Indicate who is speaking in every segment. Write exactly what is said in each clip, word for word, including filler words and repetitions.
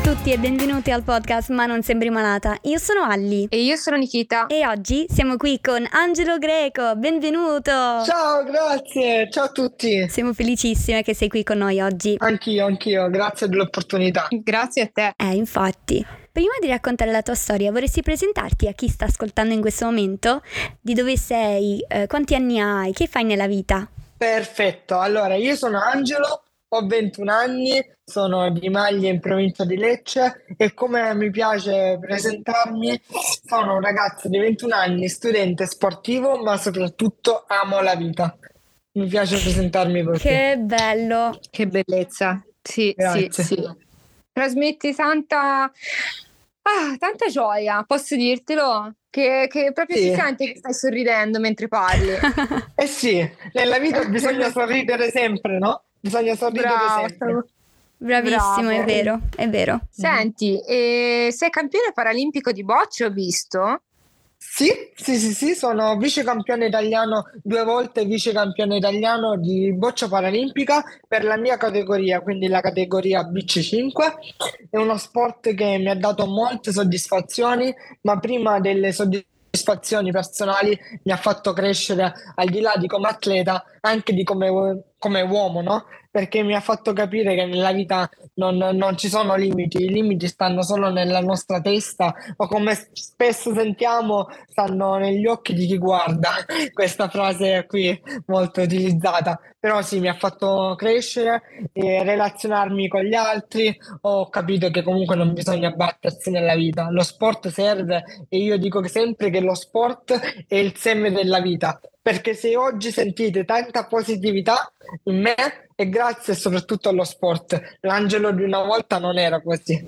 Speaker 1: tutti e benvenuti al podcast Ma non sembri malata. Io sono Alli.
Speaker 2: E io sono Nikita.
Speaker 1: E oggi siamo qui con Angelo Greco. Benvenuto.
Speaker 3: Ciao, grazie. Ciao a tutti.
Speaker 1: Siamo felicissime che sei qui con noi oggi.
Speaker 3: Anch'io, anch'io. Grazie dell'opportunità.
Speaker 2: Grazie a te.
Speaker 1: Eh, infatti. Prima di raccontare la tua storia, vorresti presentarti a chi sta ascoltando in questo momento? Di dove sei? Eh, quanti anni hai? Che fai nella vita?
Speaker 3: Perfetto. Allora, io sono Angelo. Ho ventuno anni, sono di Maglie in provincia di Lecce e come mi piace presentarmi, sono un ragazzo di ventuno anni, studente sportivo, ma soprattutto amo la vita. Mi piace presentarmi così.
Speaker 1: Che bello!
Speaker 2: Che bellezza! Sì,
Speaker 3: Grazie.
Speaker 2: sì, sì. Trasmetti tanta, ah, tanta gioia, posso dirtelo? Che, che proprio
Speaker 3: Sì.
Speaker 2: si sente che stai sorridendo mentre parli.
Speaker 3: Eh sì, nella vita bisogna sorridere sempre, no? Bisogna sorridere
Speaker 2: Bravo,
Speaker 3: sempre.
Speaker 2: stavo-
Speaker 1: Bravissimo,
Speaker 2: Bravo.
Speaker 1: è vero, è vero.
Speaker 2: Senti, e sei campione paralimpico di bocce, ho visto?
Speaker 3: Sì, sì, sì, sì, sono vice campione italiano, due volte vice campione italiano di boccia paralimpica per la mia categoria, quindi la categoria B C cinque. È uno sport che mi ha dato molte soddisfazioni, ma prima delle soddisfazioni personali mi ha fatto crescere al di là di come atleta, anche di come, come uomo, no? Perché mi ha fatto capire che nella vita non, non ci sono limiti, i limiti stanno solo nella nostra testa o come spesso sentiamo stanno negli occhi di chi guarda. Questa frase qui molto utilizzata, però sì, mi ha fatto crescere e relazionarmi con gli altri. Ho capito che comunque non bisogna battersi nella vita, lo sport serve e io dico che sempre che lo sport è il seme della vita, perché se oggi sentite tanta positività in me è grazie soprattutto allo sport. L'Angelo di una volta non era così.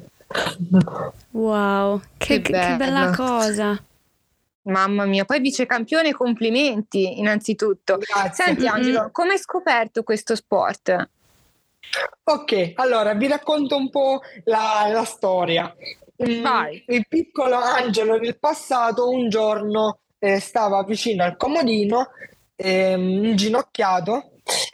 Speaker 1: Wow, che,
Speaker 2: Che
Speaker 1: che- che bella
Speaker 2: bello.
Speaker 1: cosa.
Speaker 2: Mamma mia, poi vice campione, complimenti innanzitutto.
Speaker 3: Grazie.
Speaker 2: Senti
Speaker 1: Mm-mm.
Speaker 2: Angelo, come hai scoperto questo sport?
Speaker 3: Ok, allora vi racconto un po' la, la storia. Mm,
Speaker 2: Vai.
Speaker 3: Il piccolo Angelo del passato un giorno eh, stava vicino al comodino, ehm, inginocchiato,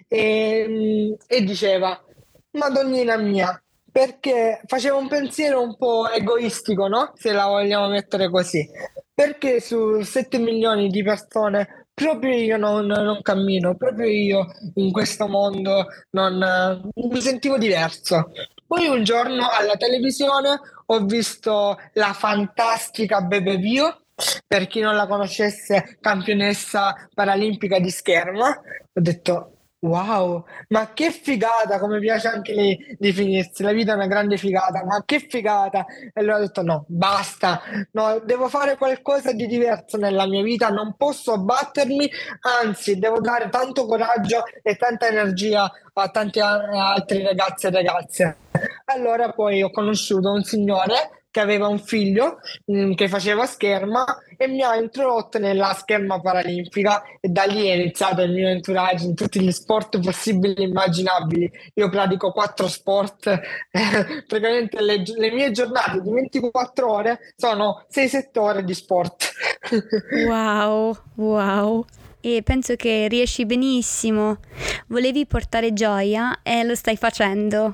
Speaker 3: ehm, e diceva: Madonnina mia, perché faceva un pensiero un po' egoistico, no? Se la vogliamo mettere così. Perché su sette milioni di persone proprio io non, non cammino, proprio io in questo mondo non, eh, mi sentivo diverso. Poi un giorno alla televisione ho visto la fantastica Bebe Vio, per chi non la conoscesse, campionessa paralimpica di scherma. Ho detto: wow, ma che figata, come piace anche lei definirsi, la vita è una grande figata, ma che figata! E allora ho detto: no, basta, no, devo fare qualcosa di diverso nella mia vita, non posso abbattermi, anzi, devo dare tanto coraggio e tanta energia a tanti a- altri ragazzi e ragazze. Allora poi ho conosciuto un signore che aveva un figlio mh, che faceva scherma e mi ha introdotto nella scherma paralimpica e da lì è iniziato il mio entourage in tutti gli sport possibili e immaginabili. Io pratico quattro sport, eh, praticamente le, le mie giornate di ventiquattro ore sono sei sette ore di sport.
Speaker 1: Wow, wow. E penso che riesci benissimo. Volevi portare gioia e lo stai facendo.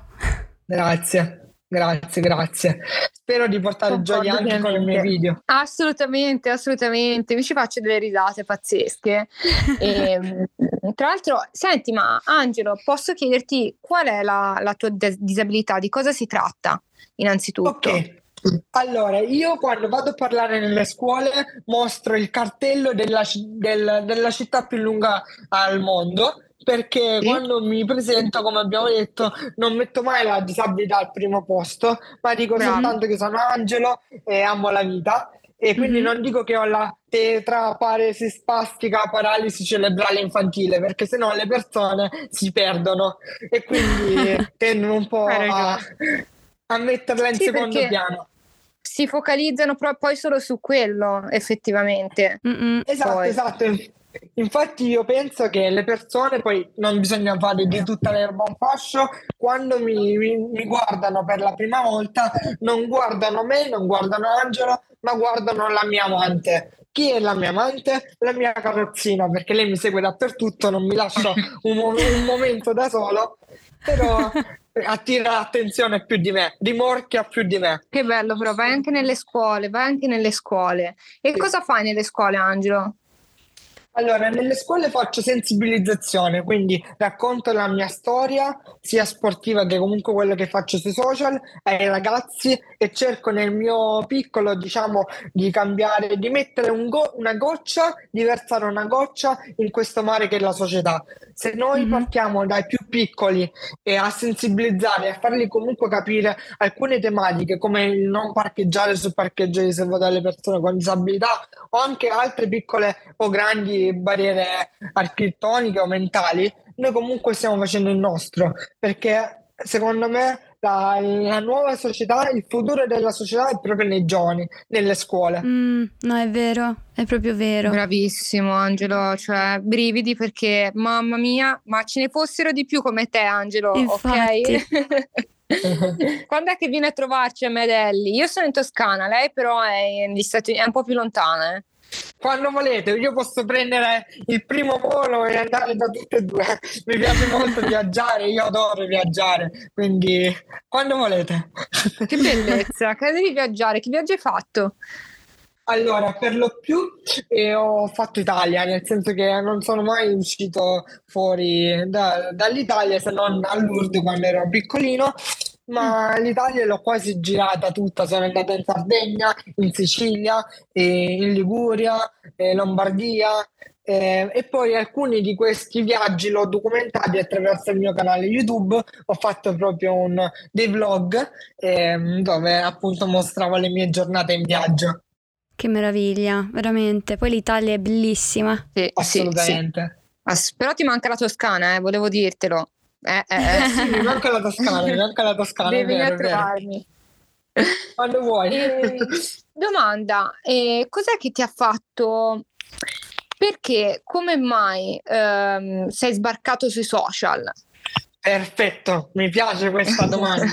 Speaker 3: Grazie, grazie, grazie. Spero di portare
Speaker 2: Concordo
Speaker 3: gioia anche con i miei
Speaker 2: pienamente.
Speaker 3: video.
Speaker 2: Assolutamente, assolutamente. Mi ci faccio delle risate pazzesche. E, mm, tra l'altro, senti, ma Angelo, posso chiederti qual è la, la tua dis- disabilità? Di cosa si tratta, innanzitutto?
Speaker 3: Ok, allora io quando vado a parlare nelle scuole mostro il cartello della, ci- del- della città più lunga al mondo, perché
Speaker 2: Sì.
Speaker 3: quando mi presento, come abbiamo detto, non metto mai la disabilità al primo posto, ma dico
Speaker 2: Bravo.
Speaker 3: soltanto che sono Angelo e amo la vita. E quindi
Speaker 1: Mhm.
Speaker 3: non dico che ho la tetra, paresi spastica, paralisi cerebrale infantile, perché sennò le persone si perdono e quindi tendono un po'
Speaker 2: Hai
Speaker 3: a,
Speaker 2: ragione.
Speaker 3: a metterla in
Speaker 2: Sì,
Speaker 3: secondo
Speaker 2: perché
Speaker 3: piano.
Speaker 2: si focalizzano pro- poi solo su quello, effettivamente.
Speaker 1: Mm-mm.
Speaker 3: Esatto,
Speaker 2: Poi.
Speaker 3: esatto. Infatti io penso che le persone, poi non bisogna fare di tutta l'erba un fascio, quando mi, mi- mi guardano per la prima volta, non guardano me, non guardano Angelo, ma guardano la mia amante. Chi è la mia amante? La mia carrozzina, perché lei mi segue dappertutto, non mi lascia un, mo- un momento da solo. però attira l'attenzione più di me, rimorchia più di me.
Speaker 2: Che bello, però vai anche nelle scuole, vai anche nelle scuole. E
Speaker 3: Sì.
Speaker 2: cosa fai nelle scuole, Angelo?
Speaker 3: Allora, nelle scuole faccio sensibilizzazione, quindi racconto la mia storia, sia sportiva che comunque quello che faccio sui social, ai ragazzi, e cerco nel mio piccolo, diciamo, di cambiare, di mettere un go- una goccia, di versare una goccia in questo mare che è la società. Se noi
Speaker 1: Mhm.
Speaker 3: partiamo dai più piccoli e a sensibilizzare, a farli comunque capire alcune tematiche, come il non parcheggiare su parcheggio riservato alle persone con disabilità, o anche altre piccole o grandi barriere architettoniche o mentali, noi comunque stiamo facendo il nostro, perché secondo me la, la nuova società, il futuro della società è proprio nei giovani, nelle scuole.
Speaker 1: Mm, no, è vero, è proprio vero.
Speaker 2: Bravissimo, Angelo, cioè brividi, perché mamma mia, ma ce ne fossero di più come te, Angelo,
Speaker 1: Infatti.
Speaker 2: ok? Quando è che viene a trovarci a Medelli? Io sono in Toscana, lei però è, negli Stati Uniti, è un po' più lontana, eh?
Speaker 3: Quando volete, io posso prendere il primo volo e andare da tutte e due. Mi piace molto viaggiare, io adoro viaggiare, quindi quando volete.
Speaker 2: Che bellezza, che devi viaggiare, che viaggio hai fatto?
Speaker 3: Allora, per lo più eh, ho fatto Italia, nel senso che non sono mai uscito fuori da- dall'Italia, se non a Lourdes quando ero piccolino, ma l'Italia l'ho quasi girata tutta. Sono andata in Sardegna, in Sicilia, eh, in Liguria, eh, Lombardia, eh, e poi alcuni di questi viaggi l'ho documentati attraverso il mio canale YouTube. Ho fatto proprio un, dei vlog ehm, dove appunto mostravo le mie giornate in viaggio.
Speaker 1: Che meraviglia, veramente. Poi l'Italia è bellissima.
Speaker 2: Sì, sì, sì.
Speaker 3: Assolutamente.
Speaker 2: Ass- però ti manca la Toscana, eh, volevo dirtelo. Eh, eh, eh.
Speaker 3: Sì, mi manca la Toscana, mi manca la Toscana, è
Speaker 2: Devi venire
Speaker 3: vero,
Speaker 2: a
Speaker 3: è vero.
Speaker 2: trovarmi.
Speaker 3: Quando vuoi.
Speaker 2: E, domanda, eh, cos'è che ti ha fatto? Perché, come mai ehm, sei sbarcato sui social?
Speaker 3: Perfetto, mi piace questa domanda.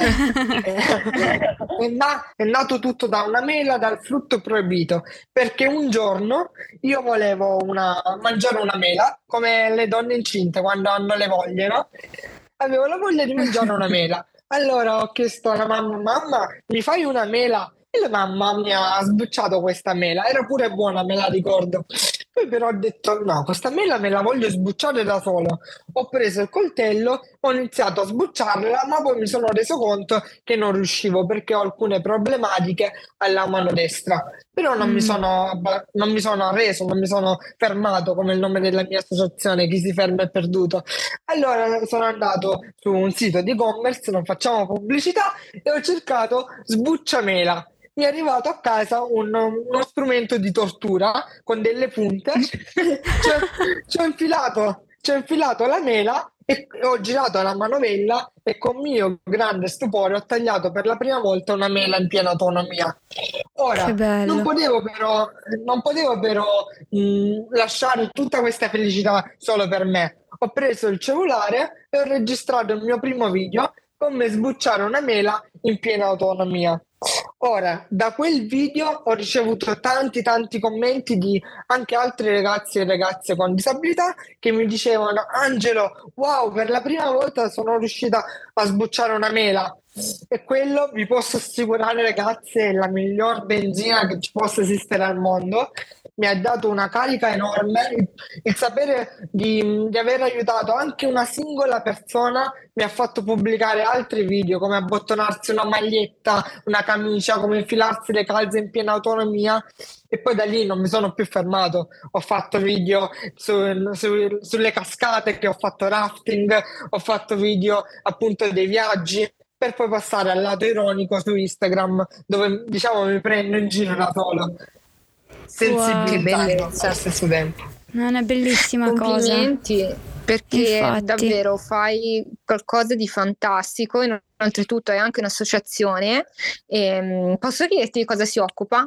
Speaker 3: È, na- è nato tutto da una mela, dal frutto proibito, perché un giorno io volevo una- mangiare una mela, come le donne incinte quando hanno le voglie, no? Avevo la voglia di mangiare una mela. Allora ho chiesto alla mamma: mamma, mi fai una mela? E la mamma mi ha sbucciato questa mela, era pure buona, me la ricordo. Poi però ho detto: no, questa mela me la voglio sbucciare da solo. Ho preso il coltello, ho iniziato a sbucciarla, ma poi mi sono reso conto che non riuscivo perché ho alcune problematiche alla mano destra. Però non mi
Speaker 1: Mm.
Speaker 3: sono, non mi sono arreso, non mi sono fermato, come il nome della mia associazione, Chi si ferma è perduto. Allora sono andato su un sito di e-commerce, non facciamo pubblicità, e ho cercato sbucciamela. Mi è arrivato a casa un- uno strumento di tortura con delle punte. Ci ho, ci ho infilato, ci ho infilato la mela e ho girato la manovella, e con mio grande stupore ho tagliato per la prima volta una mela in piena autonomia. Ora,
Speaker 1: Che bello.
Speaker 3: non potevo però, non potevo però mh, lasciare tutta questa felicità solo per me. Ho preso il cellulare e ho registrato il mio primo video come sbucciare una mela in piena autonomia. Ora, da quel video ho ricevuto tanti tanti commenti di anche altri ragazzi e ragazze con disabilità che mi dicevano: Angelo, wow, per la prima volta sono riuscita a sbucciare una mela. E quello, vi posso assicurare, ragazze, è la miglior benzina che ci possa esistere al mondo. Mi ha dato una carica enorme. Il, il sapere di, di aver aiutato anche una singola persona mi ha fatto pubblicare altri video, come abbottonarsi una maglietta, una camicia, come infilarsi le calze in piena autonomia. E poi da lì non mi sono più fermato. Ho fatto video su- su- sulle cascate, che ho fatto rafting, ho fatto video appunto dei viaggi, per poi passare al lato ironico su Instagram, dove diciamo mi prendo in giro da solo, sensibilizzando
Speaker 2: bellezza.
Speaker 3: allo stesso tempo.
Speaker 1: È una bellissima cosa.
Speaker 2: Complimenti, perché
Speaker 1: Infatti.
Speaker 2: davvero fai qualcosa di fantastico, e oltretutto hai anche un'associazione. E, posso chiederti di cosa si occupa?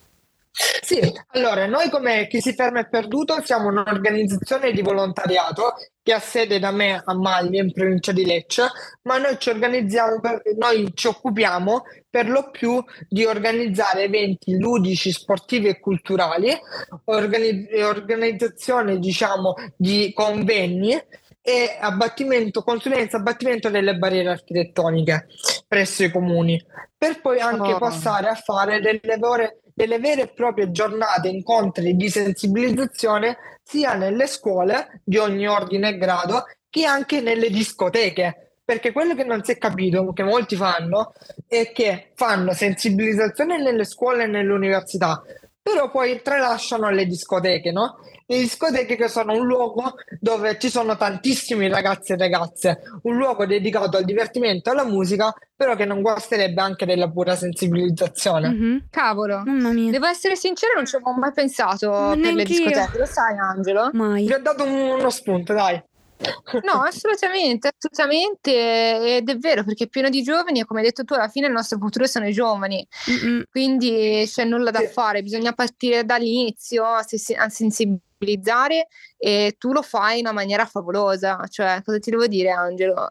Speaker 3: Sì, allora noi come Chi si ferma è perduto siamo un'organizzazione di volontariato che ha sede da me a Maglie, in provincia di Lecce, ma noi ci organizziamo, per- noi ci occupiamo per lo più di organizzare eventi ludici, sportivi e culturali, organi- organizzazione diciamo di convegni, e abbattimento, consulenza abbattimento delle barriere architettoniche presso i comuni, per poi anche
Speaker 2: Oh.
Speaker 3: passare a fare delle vere, delle vere e proprie giornate, incontri di sensibilizzazione sia nelle scuole di ogni ordine e grado che anche nelle discoteche. Perché quello che non si è capito, che molti fanno, è che fanno sensibilizzazione nelle scuole e nelle università, però poi tralasciano le discoteche, no? Le discoteche che sono un luogo dove ci sono tantissimi ragazzi e ragazze, un luogo dedicato al divertimento e alla musica, però che non guasterebbe anche della pura sensibilizzazione.
Speaker 1: Mhm.
Speaker 2: Cavolo,
Speaker 1: Mamma mia.
Speaker 2: devo essere sincera, non ci avevo mai pensato
Speaker 1: Ma
Speaker 2: per le
Speaker 1: neanch'io.
Speaker 2: discoteche, lo sai Angelo?
Speaker 1: Mai.
Speaker 3: Vi ho dato un- uno spunto, dai.
Speaker 2: No, assolutamente, assolutamente, ed è vero perché è pieno di giovani e come hai detto tu alla fine il nostro futuro sono i giovani,
Speaker 1: Mm-mm.
Speaker 2: quindi c'è nulla da
Speaker 3: Sì.
Speaker 2: fare, bisogna partire dall'inizio a, se- a sensibilizzare e tu lo fai in una maniera favolosa, cioè cosa ti devo dire Angelo?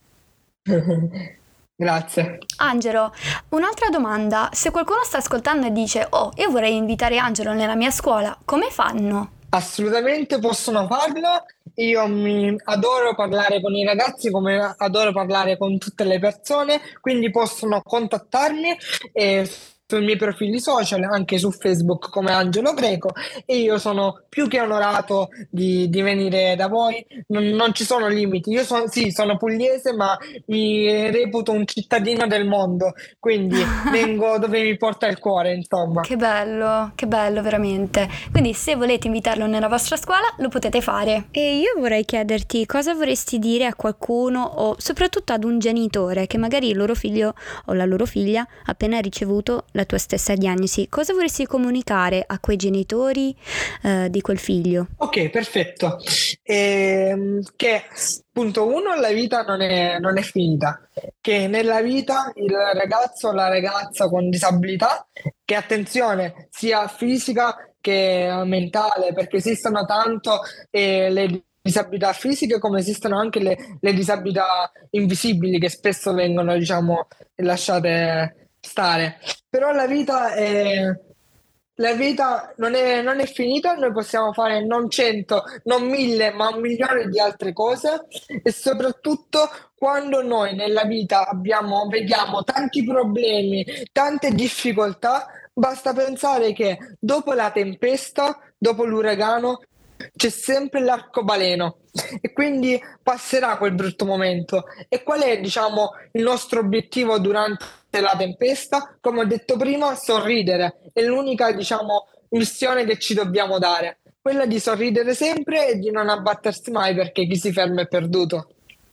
Speaker 3: Grazie.
Speaker 1: Angelo, un'altra domanda. Se qualcuno sta ascoltando e dice oh, io vorrei invitare Angelo nella mia scuola, come fanno?
Speaker 3: Assolutamente possono farlo. Io mi adoro parlare con i ragazzi come adoro parlare con tutte le persone, quindi possono contattarmi eh, sui miei profili social, anche su Facebook come Angelo Greco, e io sono più che onorato di, di venire da voi. Non, non ci sono limiti. Io sono, sì, sono pugliese, ma mi reputo un cittadino del mondo, quindi vengo dove mi porta il cuore, insomma.
Speaker 1: Che bello, che bello veramente. Quindi se volete invitarlo nella vostra scuola lo potete fare. E io vorrei chiederti cosa vorresti dire a qualcuno o soprattutto ad un genitore che magari il loro figlio o la loro figlia ha appena ricevuto la tua stessa diagnosi. Cosa vorresti comunicare a quei genitori eh, di quel figlio?
Speaker 3: Ok, perfetto. Ehm, che punto uno, la vita non è, non è finita, che nella vita il ragazzo o la ragazza con disabilità, che attenzione, sia fisica che mentale, perché esistono tanto eh, le disabilità fisiche come esistono anche le, le disabilità invisibili che spesso vengono, diciamo, lasciate stare. Però la vita è... La vita non è, non è finita, noi possiamo fare non cento, non mille, ma un milione di altre cose e soprattutto quando noi nella vita abbiamo, vediamo tanti problemi, tante difficoltà, basta pensare che dopo la tempesta, dopo l'uragano, c'è sempre l'arcobaleno e quindi passerà quel brutto momento. E qual è, diciamo, il nostro obiettivo durante la tempesta? Come ho detto prima, sorridere. È l'unica, diciamo, missione che ci dobbiamo dare. Quella di sorridere sempre e di non abbattersi mai perché chi si ferma è perduto.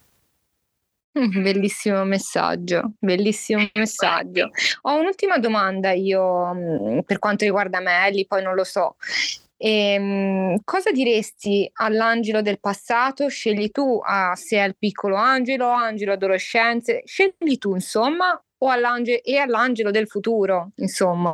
Speaker 2: Mm, Bellissimo messaggio, bellissimo messaggio. Ho un'ultima domanda io mm, per quanto riguarda Melli, poi non lo so. Ehm, cosa diresti all'Angelo del passato? Scegli tu ah, se è il piccolo Angelo, Angelo adolescenze, scegli tu insomma, o all'ange- e all'Angelo del futuro, insomma.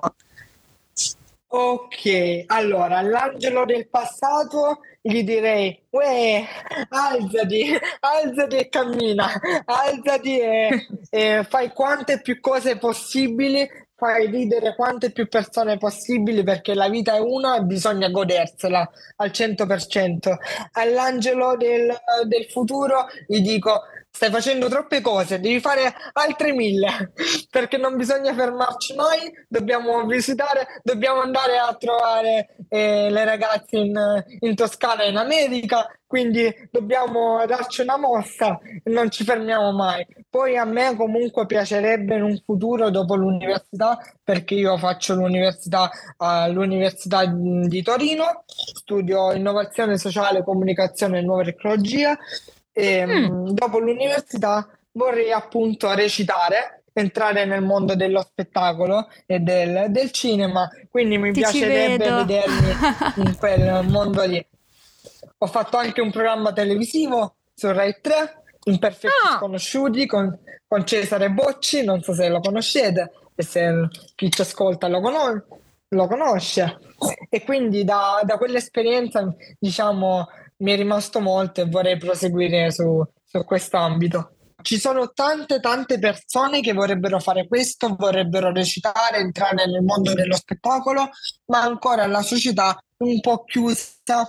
Speaker 3: Ok, allora, all'angelo del passato gli direi, uè, alzati, alzati e cammina, alzati e, e fai quante più cose possibili, fai ridere quante più persone possibili perché la vita è una e bisogna godersela al cento per cento. All'angelo del, del futuro gli dico, stai facendo troppe cose, devi fare altre mille perché non bisogna fermarci mai, dobbiamo visitare, dobbiamo andare a trovare eh, le ragazze in, in Toscana e in America, quindi dobbiamo darci una mossa e non ci fermiamo mai. Poi a me comunque piacerebbe in un futuro dopo l'università, perché io faccio l'università all'Università di Torino, studio innovazione sociale, comunicazione e nuove tecnologie. E,
Speaker 2: Mm.
Speaker 3: mh, dopo l'università vorrei appunto recitare, entrare nel mondo dello spettacolo e del, del cinema, quindi mi
Speaker 1: Ti ci
Speaker 3: piacerebbe
Speaker 1: vedo.
Speaker 3: vedermi in quel mondo lì. Ho fatto anche un programma televisivo su Rai tre, Imperfetti
Speaker 2: Ah.
Speaker 3: Sconosciuti, con, con Cesare Bocci, non so se lo conoscete e se chi ci ascolta lo, cono- lo conosce. E quindi da, da quell'esperienza, diciamo, mi è rimasto molto e vorrei proseguire su, su questo ambito. Ci sono tante tante persone che vorrebbero fare questo, vorrebbero recitare, entrare nel mondo dello spettacolo, ma ancora la società è un po' chiusa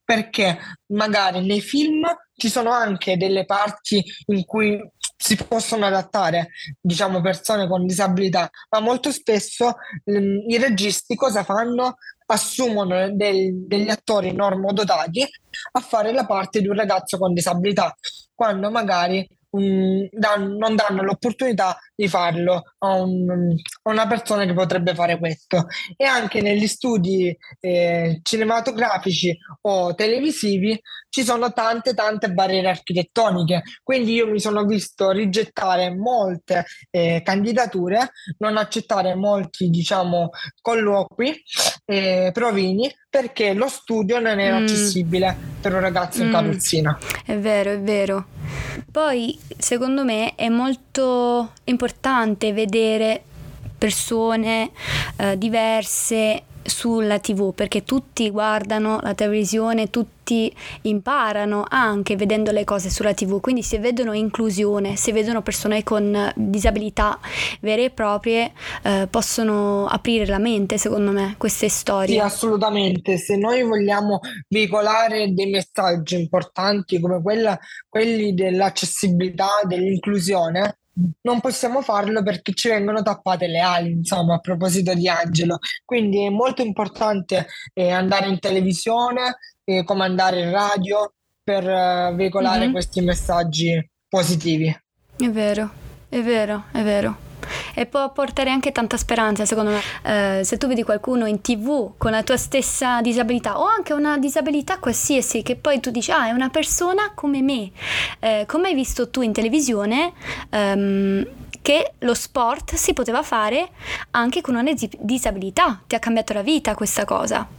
Speaker 3: perché magari nei film ci sono anche delle parti in cui si possono adattare, diciamo, persone con disabilità, ma molto spesso ehm, i registi cosa fanno? Assumono del- degli attori normodotati a fare la parte di un ragazzo con disabilità, quando magari mm, dan- non danno l'opportunità di farlo a, un- a una persona che potrebbe fare questo. E anche negli studi eh, cinematografici o televisivi ci sono tante tante barriere architettoniche, quindi io mi sono visto rigettare molte eh, candidature, non accettare molti, diciamo, colloqui, eh, provini, perché lo studio non era
Speaker 1: Mm.
Speaker 3: accessibile per un ragazzo in
Speaker 1: Mm,
Speaker 3: carrozzina.
Speaker 1: è vero, è vero. Poi, secondo me, è molto importante vedere persone eh, diverse sulla T V, perché tutti guardano la televisione, tutti imparano anche vedendo le cose sulla T V, quindi se vedono inclusione, se vedono persone con disabilità vere e proprie, eh, possono aprire la mente, secondo me, queste
Speaker 3: Sì,
Speaker 1: storie.
Speaker 3: assolutamente. Se noi vogliamo veicolare dei messaggi importanti come quella- quelli dell'accessibilità, dell'inclusione, non possiamo farlo perché ci vengono tappate le ali, insomma, a proposito di Angelo. Quindi è molto importante eh, andare in televisione, eh, come andare in radio per eh, veicolare
Speaker 1: Mhm.
Speaker 3: questi messaggi positivi.
Speaker 1: È vero, è vero, è vero. E può portare anche tanta speranza, secondo me. Eh, se tu vedi qualcuno in T V con la tua stessa disabilità o anche una disabilità qualsiasi, che poi tu dici, ah, è una persona come me, eh, come hai visto tu in televisione, ehm, che lo sport si poteva fare anche con una dis- disabilità. Ti ha cambiato la vita questa cosa.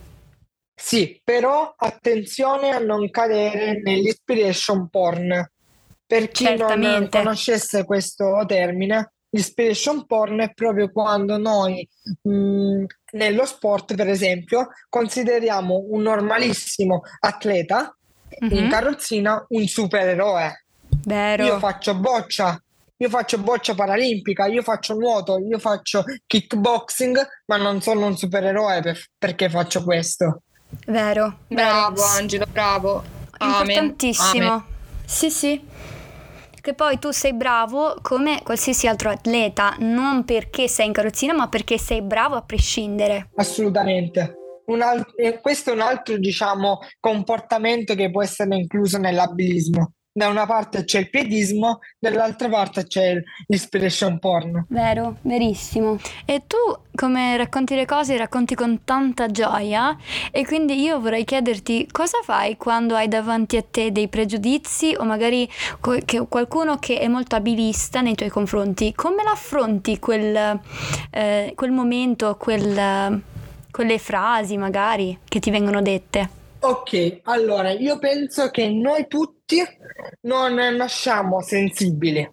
Speaker 3: Sì, però attenzione a non cadere nell'inspiration porn. Per chi non
Speaker 1: Certamente.
Speaker 3: conoscesse questo termine, l'inspiration porn è proprio quando noi mh, nello sport, per esempio, consideriamo un normalissimo atleta in
Speaker 1: Mhm.
Speaker 3: carrozzina un supereroe. Io
Speaker 1: Vero.
Speaker 3: faccio boccia, io faccio boccia paralimpica, io faccio nuoto, io faccio kickboxing, ma non sono un supereroe per- perché faccio questo.
Speaker 1: Vero, vero.
Speaker 2: Bravo
Speaker 1: S-
Speaker 2: Angelo, bravo. Amen. Amen.
Speaker 1: Importantissimo. Sì, sì. Che poi tu sei bravo come qualsiasi altro atleta, non perché sei in carrozzina, ma perché sei bravo a prescindere.
Speaker 3: Assolutamente. Un al- e questo è un altro, diciamo, comportamento che può essere incluso nell'abilismo. Da una parte c'è il piedismo, dall'altra parte c'è il- l'inspiration porn.
Speaker 1: Vero, verissimo. E tu come racconti le cose, racconti con tanta gioia e quindi io vorrei chiederti cosa fai quando hai davanti a te dei pregiudizi o magari co- che- qualcuno che è molto abilista nei tuoi confronti. Come l'affronti quel, eh, quel momento, quel, quelle frasi magari che ti vengono dette?
Speaker 3: Ok, allora io penso che noi tutti non nasciamo sensibili.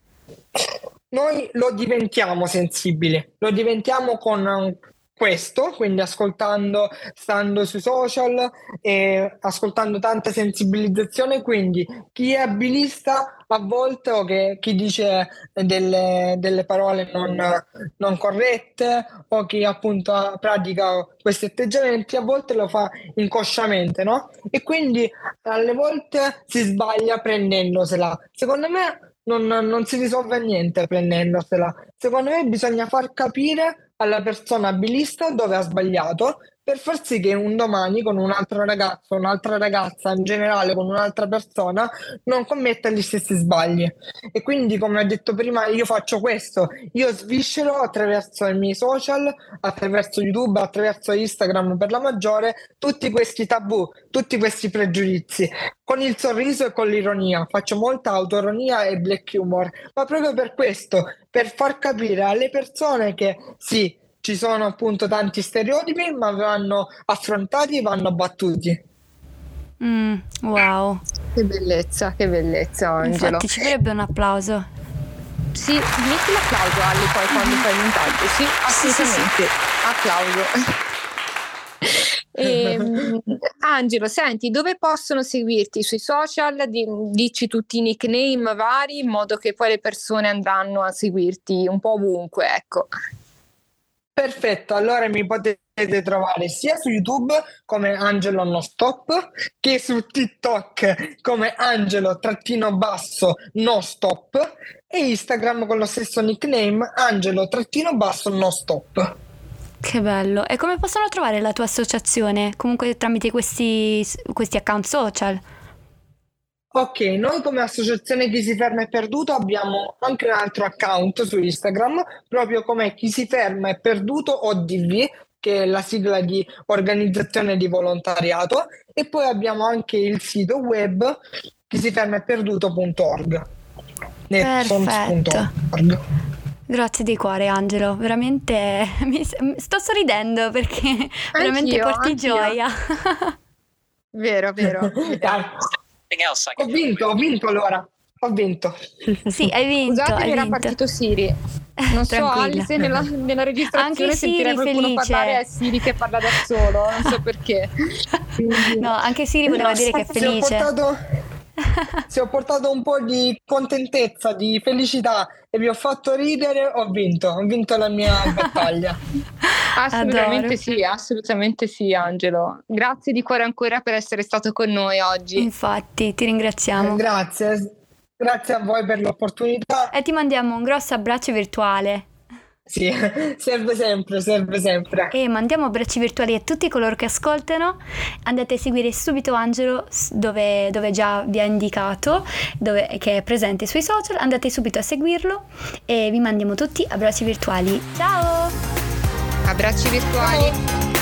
Speaker 3: Noi lo diventiamo sensibili, lo diventiamo con eh, questo, quindi ascoltando, stando sui social e ascoltando tanta sensibilizzazione, quindi chi è abilista a volte o che, chi dice delle, delle parole non, non corrette o chi appunto pratica questi atteggiamenti a volte lo fa inconsciamente, no? E quindi alle volte si sbaglia prendendosela. Secondo me non, non si risolve niente prendendosela. Secondo me bisogna far capire alla persona abilista dove ha sbagliato per far sì che un domani con un altro ragazzo, un'altra ragazza, in generale con un'altra persona, non commetta gli stessi sbagli. E quindi, come ho detto prima, io faccio questo, io sviscero attraverso i miei social, attraverso YouTube, attraverso Instagram per la maggiore, tutti questi tabù, tutti questi pregiudizi, con il sorriso e con l'ironia. Faccio molta autoironia e black humor, ma proprio per questo, per far capire alle persone che sì, ci sono appunto tanti stereotipi, ma vanno affrontati, vanno battuti.
Speaker 1: Mm, wow.
Speaker 2: Che bellezza, che bellezza Angelo.
Speaker 1: Infatti ci vorrebbe un applauso.
Speaker 2: Sì, metti l'applauso Ali poi quando fai il montaggio, sì,
Speaker 1: Sì, sì, sì.
Speaker 2: assolutamente, applauso. Ehm, Angelo, senti, dove possono seguirti? Sui social? Di- dici tutti i nickname vari in modo che poi le persone andranno a seguirti un po' ovunque, ecco.
Speaker 3: Perfetto, allora mi potete trovare sia su YouTube come Angelo Non Stop che su TikTok come Angelo trattino basso No Stop e Instagram con lo stesso nickname Angelo trattino basso No Stop.
Speaker 1: Che bello. E come possono trovare la tua associazione? Comunque tramite questi, questi account social?
Speaker 3: Ok, noi come associazione Chi si ferma è perduto abbiamo anche un altro account su Instagram, proprio come Chi si ferma è perduto O D V, che è la sigla di organizzazione di volontariato, e poi abbiamo anche il sito web chi si ferma è perduto punto org.
Speaker 1: Perfetto. Grazie di cuore Angelo, veramente mi, sto sorridendo perché anch'io, veramente porti anch'io. Gioia.
Speaker 2: Vero, vero.
Speaker 3: Ho vinto, ho vinto allora. Ho vinto.
Speaker 1: Sì, hai vinto.
Speaker 2: Scusate,
Speaker 1: hai
Speaker 2: era
Speaker 1: vinto.
Speaker 2: partito Siri. Non so, Alice nella, nella registrazione
Speaker 1: anche
Speaker 2: sentirei
Speaker 1: Siri
Speaker 2: qualcuno
Speaker 1: felice.
Speaker 2: parlare, è Siri che parla da solo, non so perché.
Speaker 1: Quindi... No, anche Siri voleva no, dire che è felice.
Speaker 3: Si ho portato, se ho portato un po' di contentezza, di felicità e vi ho fatto ridere, ho vinto, ho vinto la mia battaglia.
Speaker 2: Assolutamente
Speaker 1: Adoro.
Speaker 2: Sì, assolutamente sì, Angelo. Grazie di cuore ancora per essere stato con noi oggi.
Speaker 1: Infatti, ti ringraziamo.
Speaker 3: Eh, grazie, grazie a voi per l'opportunità.
Speaker 1: E ti mandiamo un grosso abbraccio virtuale.
Speaker 3: Sì, serve sempre, serve sempre.
Speaker 1: E mandiamo abbracci virtuali a tutti coloro che ascoltano. Andate a seguire subito Angelo dove, dove già vi ha indicato, dove, che è presente sui social. Andate subito a seguirlo e vi mandiamo tutti abbracci virtuali. Ciao!
Speaker 2: Abbracci virtuali.
Speaker 3: Ciao.